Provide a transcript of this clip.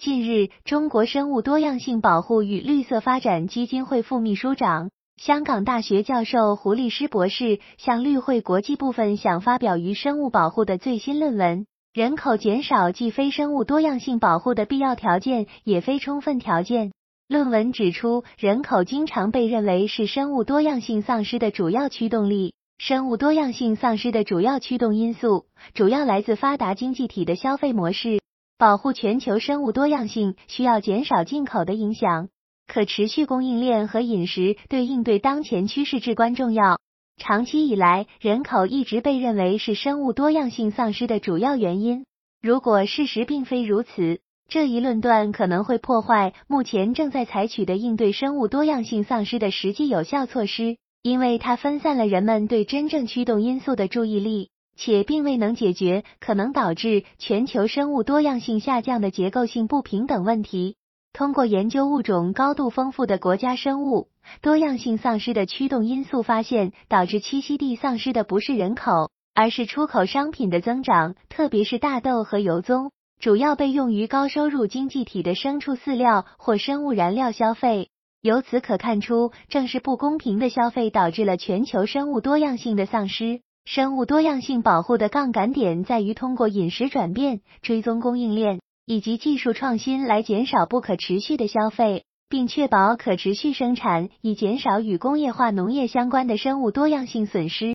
近日，中国生物多样性保护与绿色发展基金会副秘书长、香港大学教授胡立诗博士向绿会国际部分想发表于生物保护的最新论文。人口减少既非生物多样性保护的必要条件，也非充分条件。论文指出，人口经常被认为是生物多样性丧失的主要驱动力。生物多样性丧失的主要驱动因素，主要来自发达经济体的消费模式。保护全球生物多样性需要减少进口的影响，可持续供应链和饮食对应对当前趋势至关重要。长期以来，人口一直被认为是生物多样性丧失的主要原因。如果事实并非如此，这一论断可能会破坏目前正在采取的应对生物多样性丧失的实际有效措施，因为它分散了人们对真正驱动因素的注意力，且并未能解决可能导致全球生物多样性下降的结构性不平等问题。通过研究物种高度丰富的国家生物多样性丧失的驱动因素，发现导致栖息地丧失的不是人口，而是出口商品的增长，特别是大豆和油棕，主要被用于高收入经济体的牲畜饲料或生物燃料消费。由此可看出，正是不公平的消费导致了全球生物多样性的丧失。生物多样性保护的杠杆点在于通过饮食转变、追踪供应链以及技术创新来减少不可持续的消费，并确保可持续生产，以减少与工业化农业相关的生物多样性损失。